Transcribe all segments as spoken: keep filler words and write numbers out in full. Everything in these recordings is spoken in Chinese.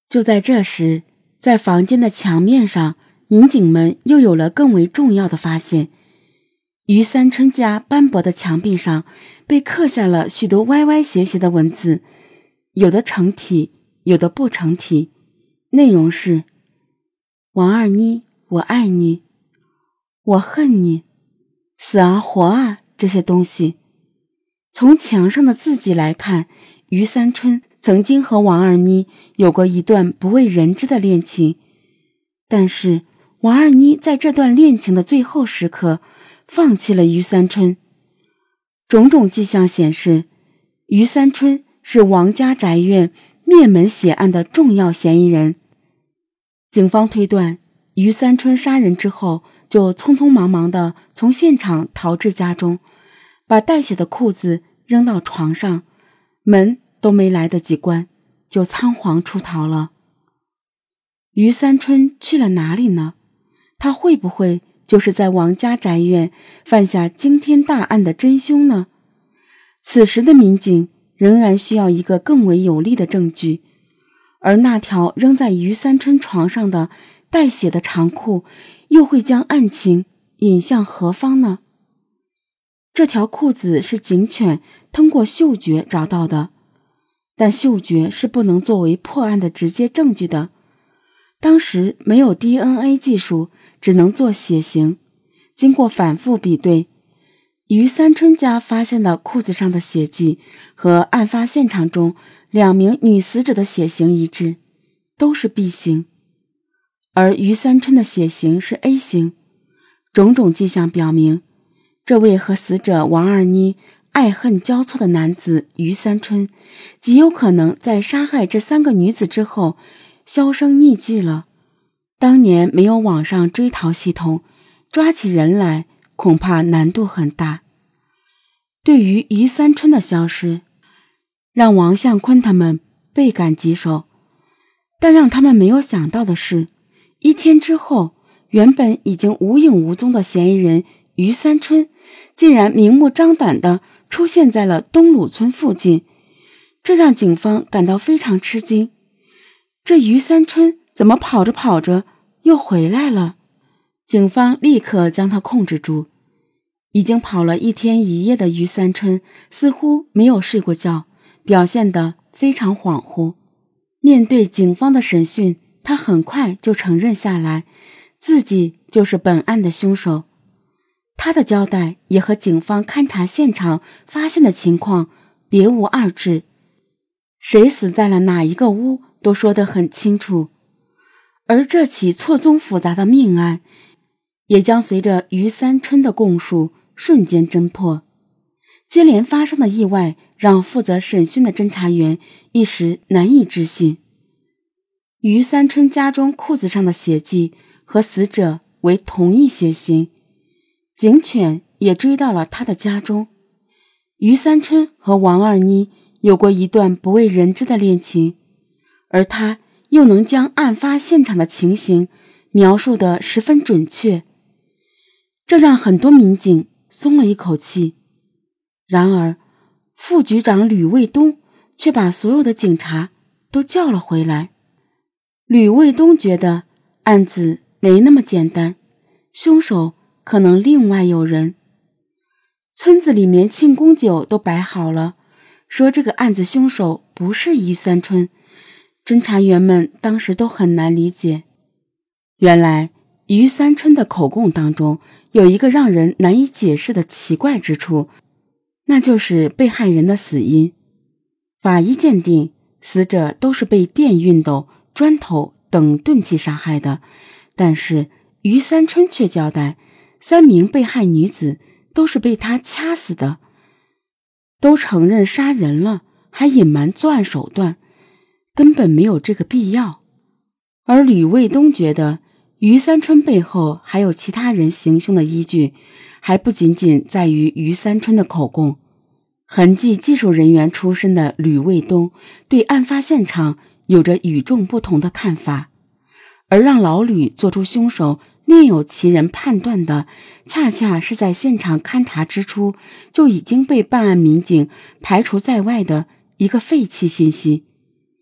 就在这时，在房间的墙面上，民警们又有了更为重要的发现。于三春家斑驳的墙壁上被刻下了许多歪歪斜斜的文字，有的成体，有的不成体，内容是：王二妮，我爱你，我恨你，死啊活啊，这些东西。从墙上的字迹来看，于三春曾经和王二妮有过一段不为人知的恋情，但是王二妮在这段恋情的最后时刻放弃了于三春。种种迹象显示，于三春是王家宅院灭门血案的重要嫌疑人。警方推断，于三春杀人之后就匆匆忙忙地从现场逃至家中，把带血的裤子扔到床上，门都没来得及关，就仓皇出逃了。于三春去了哪里呢？他会不会就是在王家宅院犯下惊天大案的真凶呢？此时的民警仍然需要一个更为有力的证据，而那条扔在于三春床上的带血的长裤又会将案情引向何方呢？这条裤子是警犬通过嗅觉找到的，但嗅觉是不能作为破案的直接证据的。当时没有 D N A 技术，只能做血型。经过反复比对，于三春家发现的裤子上的血迹和案发现场中两名女死者的血型一致，都是 B 型，而于三春的血型是 A 型。种种迹象表明，这位和死者王二妮爱恨交错的男子于三春，极有可能在杀害这三个女子之后销声匿迹了。当年没有网上追逃系统，抓起人来恐怕难度很大。对于于三春的消失，让王向坤他们倍感棘手，但让他们没有想到的是，一天之后，原本已经无影无踪的嫌疑人于三春竟然明目张胆地出现在了东鲁村附近，这让警方感到非常吃惊。这于三春怎么跑着跑着又回来了？警方立刻将他控制住。已经跑了一天一夜的于三春似乎没有睡过觉，表现得非常恍惚。面对警方的审讯，他很快就承认下来，自己就是本案的凶手。他的交代也和警方勘查现场发现的情况别无二致，谁死在了哪一个屋都说得很清楚。而这起错综复杂的命案也将随着于三春的供述瞬间侦破。接连发生的意外让负责审讯的侦查员一时难以置信。于三春家中裤子上的血迹和死者为同一血型，警犬也追到了他的家中。于三春和王二妮有过一段不为人知的恋情，而他又能将案发现场的情形描述得十分准确，这让很多民警松了一口气。然而副局长吕卫东却把所有的警察都叫了回来。吕卫东觉得案子没那么简单，凶手可能另外有人。村子里面庆功酒都摆好了，说这个案子凶手不是于三春。侦查员们当时都很难理解，原来于三春的口供当中有一个让人难以解释的奇怪之处，那就是被害人的死因。法医鉴定，死者都是被电熨斗、砖头等钝器杀害的，但是于三春却交代，三名被害女子都是被他掐死的，都承认杀人了，还隐瞒作案手段，根本没有这个必要。而吕卫东觉得于三春背后还有其他人行凶的依据，还不仅仅在于于三春的口供。痕迹技术人员出身的吕卫东对案发现场有着与众不同的看法，而让老吕做出凶手另有其人判断的，恰恰是在现场勘查之初就已经被办案民警排除在外的一个废弃信息，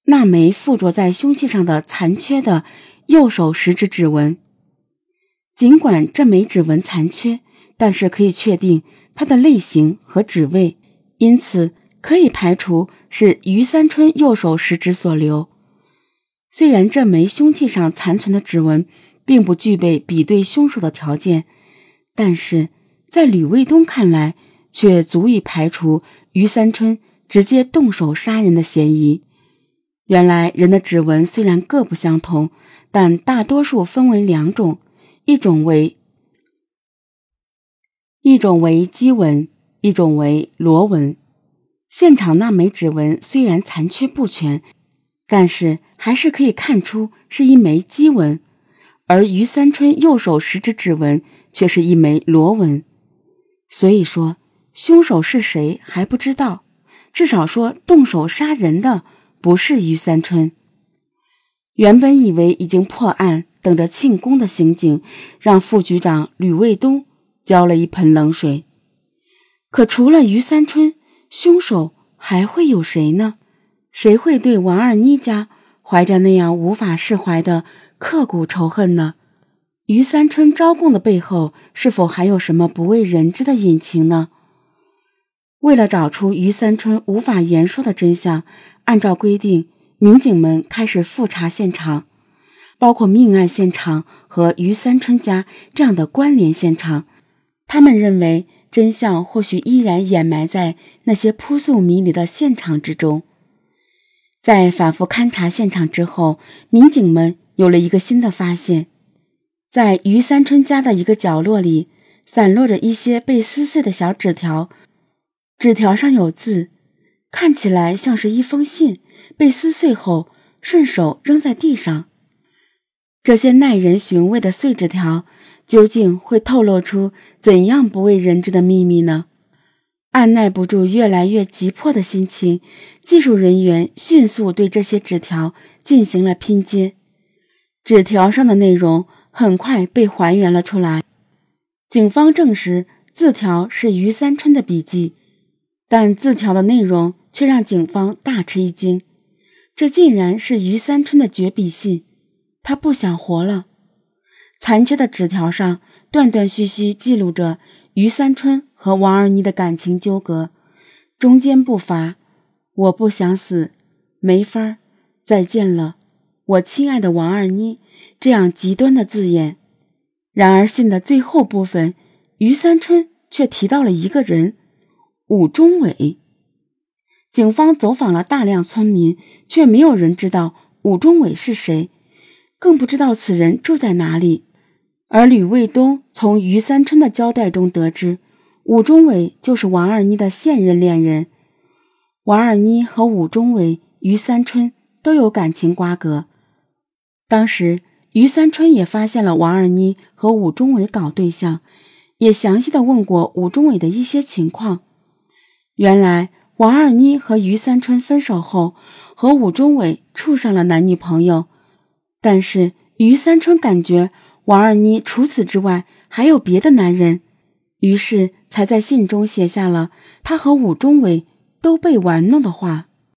那枚附着在凶器上的残缺的右手食指指纹。尽管这枚指纹残缺，但是可以确定它的类型和指位，因此可以排除是于三春右手食指所留。虽然这枚凶器上残存的指纹并不具备比对凶手的条件，但是在吕卫东看来，却足以排除于三春直接动手杀人的嫌疑。原来人的指纹虽然各不相同，但大多数分为两种，一种为一种为鸡纹，一种为螺纹。现场那枚指纹虽然残缺不全，但是还是可以看出是一枚鸡纹，而于三春右手食指指纹却是一枚螺纹。所以说凶手是谁还不知道，至少说动手杀人的不是于三春。原本以为已经破案，等着庆功的刑警让副局长吕卫东浇了一盆冷水。可除了于三春，凶手还会有谁呢？谁会对王二妮家怀着那样无法释怀的刻骨仇恨呢？于三春招供的背后是否还有什么不为人知的隐情呢？为了找出于三春无法言说的真相，按照规定，民警们开始复查现场，包括命案现场和于三春家这样的关联现场。他们认为真相或许依然掩埋在那些扑朔迷离的现场之中。在反复勘察现场之后，民警们有了一个新的发现。在于三春家的一个角落里，散落着一些被撕碎的小纸条，纸条上有字，看起来像是一封信，被撕碎后顺手扔在地上。这些耐人寻味的碎纸条究竟会透露出怎样不为人知的秘密呢？按耐不住越来越急迫的心情，技术人员迅速对这些纸条进行了拼接。纸条上的内容很快被还原了出来。警方证实字条是于三春的笔记，但字条的内容却让警方大吃一惊，这竟然是于三春的绝笔信，他不想活了。残缺的纸条上断断续续记录着于三春和王二妮的感情纠葛，中间不乏我不想死，没法，再见了，我亲爱的王二妮这样极端的字眼。然而信的最后部分，于三春却提到了一个人，武忠伟。警方走访了大量村民，却没有人知道武忠伟是谁，更不知道此人住在哪里。而吕卫东从于三春的交代中得知，武忠伟就是王二妮的现任恋人。王二妮和武忠伟、于三春都有感情瓜葛。当时于三春也发现了王二妮和武忠伟搞对象，也详细的问过武忠伟的一些情况。原来王二妮和于三春分手后，和武忠伟处上了男女朋友，但是于三春感觉王二妮除此之外还有别的男人，于是才在信中写下了他和武忠伟都被玩弄的话。